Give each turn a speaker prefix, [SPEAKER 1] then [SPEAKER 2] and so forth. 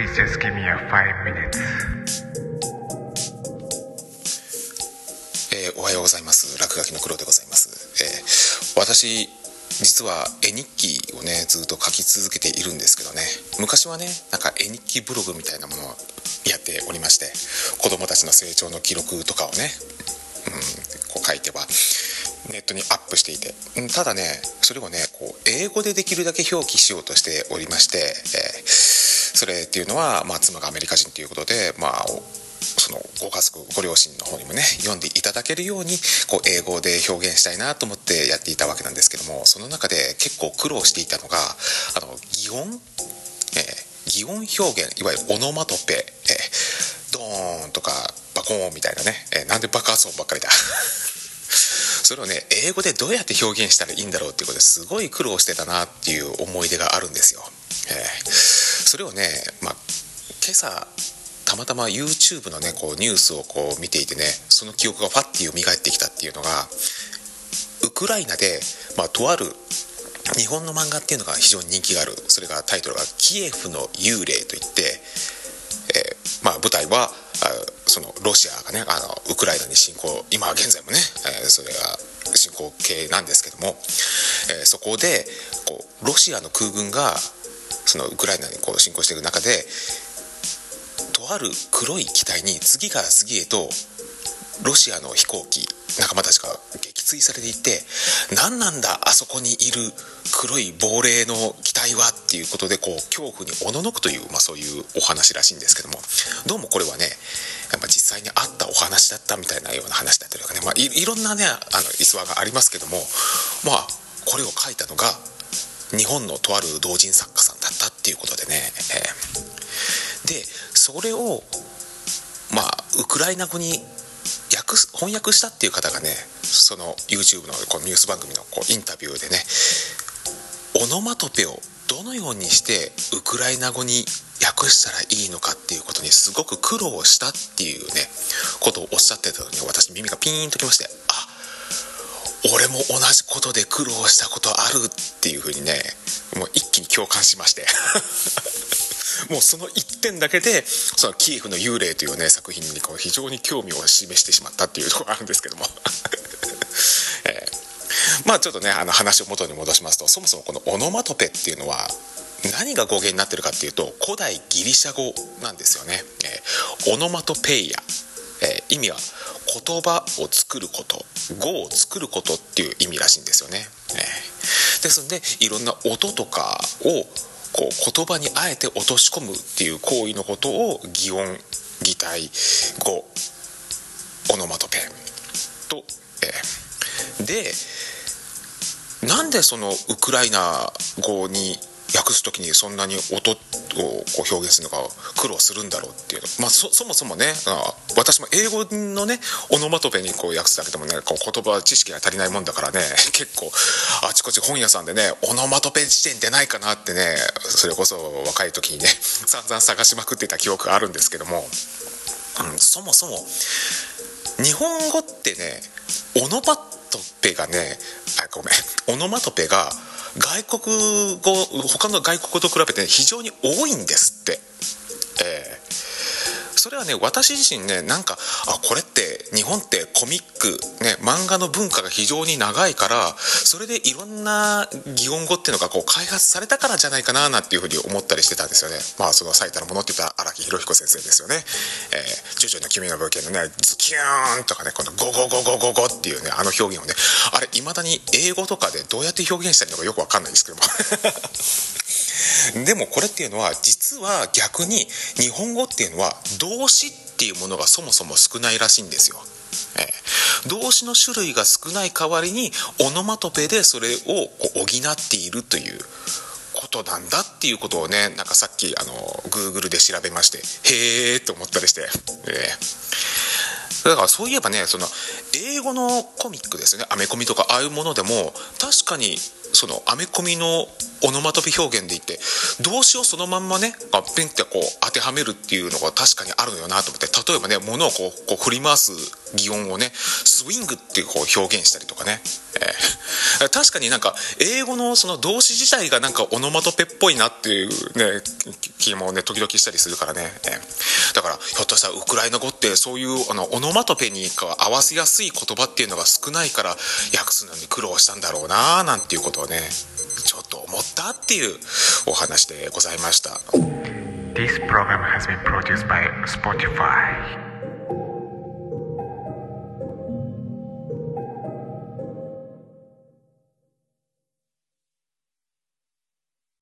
[SPEAKER 1] Please just give me a 5 minutes.
[SPEAKER 2] おはようございます。落書きの黒でございます。私実は絵日記をねずっと書き続けているんですけどね、昔はねなんか絵日記ブログみたいなものをやっておりまして、子供たちの成長の記録とかをね、こう書いてはネットにアップしていて、ただねそれをねこう英語でできるだけ表記しようとしておりまして、それっていうのは、妻がアメリカ人ということで、そのご家族ご両親の方にもね読んでいただけるようにこう英語で表現したいなと思ってやっていたわけなんですけども、その中で結構苦労していたのが擬音表現、いわゆるオノマトペ、ドーンとかバコーンみたいなね、なんで爆発音ばっかりだそれをね英語でどうやって表現したらいいんだろうっていうことですごい苦労してたなっていう思い出があるんですよ。それをね、今朝たまたま YouTube のねこうニュースをこう見ていてね、その記憶がファッて蘇ってきたっていうのが、ウクライナで、とある日本の漫画っていうのが非常に人気がある。それがタイトルがキエフの幽霊といって、舞台はそのロシアがねウクライナに侵攻、今現在もね、それが侵攻系なんですけども、そこでこうロシアの空軍がそのウクライナにこう侵攻していく中で、とある黒い機体に次から次へとロシアの飛行機仲間たちが撃墜されていって、何なんだあそこにいる黒い亡霊の機体はっていうことでこう恐怖におののくという、そういうお話らしいんですけども、どうもこれはねやっぱ実際にあったお話だったみたいなような話だったりとかね、いろんなね逸話がありますけども、これを書いたのが日本のとある同人作家さんだったっていうことでね、でそれをウクライナ語に翻訳したっていう方がね、その YouTube のこうニュース番組のこうインタビューでね、オノマトペをどのようにしてウクライナ語に訳したらいいのかっていうことにすごく苦労したっていうねことをおっしゃってたのに、私耳がピーンときまして、俺も同じことで苦労したことあるっていう風にね、もう一気に共感しましてもうその一点だけでそのキエフの幽霊というね作品にこう非常に興味を示してしまったっていうところがあるんですけどもちょっとね話を元に戻しますと、そもそもこのオノマトペっていうのは何が語源になってるかっていうと、古代ギリシャ語なんですよね。オノマトペイヤ、意味は言葉を作ること、語を作ることっていう意味らしいんですよね。ですのでいろんな音とかをこう言葉にあえて落とし込むっていう行為のことを擬音、擬態、語、オノマトペと、でなんでそのウクライナ語に訳すときにそんなに音をこう表現するのか苦労するんだろうっていうの、そもそもね私も英語のねオノマトペにこう訳すだけでもねこう言葉知識が足りないもんだからね、結構あちこち本屋さんでねオノマトペ辞典ってないかなってね、それこそ若い時にね散々探しまくってた記憶があるんですけども、そもそも日本語ってねオノマトペがねオノマトペが外国語、他の外国語と比べて非常に多いんですって。それはね私自身ねこれって日本ってコミックね漫画の文化が非常に長いから、それでいろんな擬音語っていうのがこう開発されたからじゃないかななんていうふうに思ったりしてたんですよね。その最たるものって言ったら荒木博彦先生ですよね。ジョジョの奇妙な冒険のねズキューンとかねこのゴゴゴゴゴゴっていうね表現をね、あれ未だに英語とかでどうやって表現したらいいのかよくわかんないんですけどもでもこれっていうのは実は逆に日本語っていうのは動詞っていうものがそもそも少ないらしいんですよ。動詞の種類が少ない代わりにオノマトペでそれをこう補っているということなんだっていうことをねさっきGoogle で調べまして、へーと思ったりして、だからそういえばねその英語のコミックですね、アメコミとかああいうものでも確かにそのアメコミのオノマトペ表現でいって動詞をそのまんまねピンってこう当てはめるっていうのが確かにあるのよなと思って、例えばね物をこう振り回す擬音をねスイングっていうこう表現したりとかね、確かに英語のその動詞自体がオノマトペっぽいなっていうね気もね時々したりするからね、だからひょっとしたらウクライナ語ってそういうオノマトペに合わせやすい言葉っていうのが少ないから訳すのに苦労したんだろうななんていうことをねちょっと思ったっていうお話でございました。
[SPEAKER 1] This program has been produced by Spotify.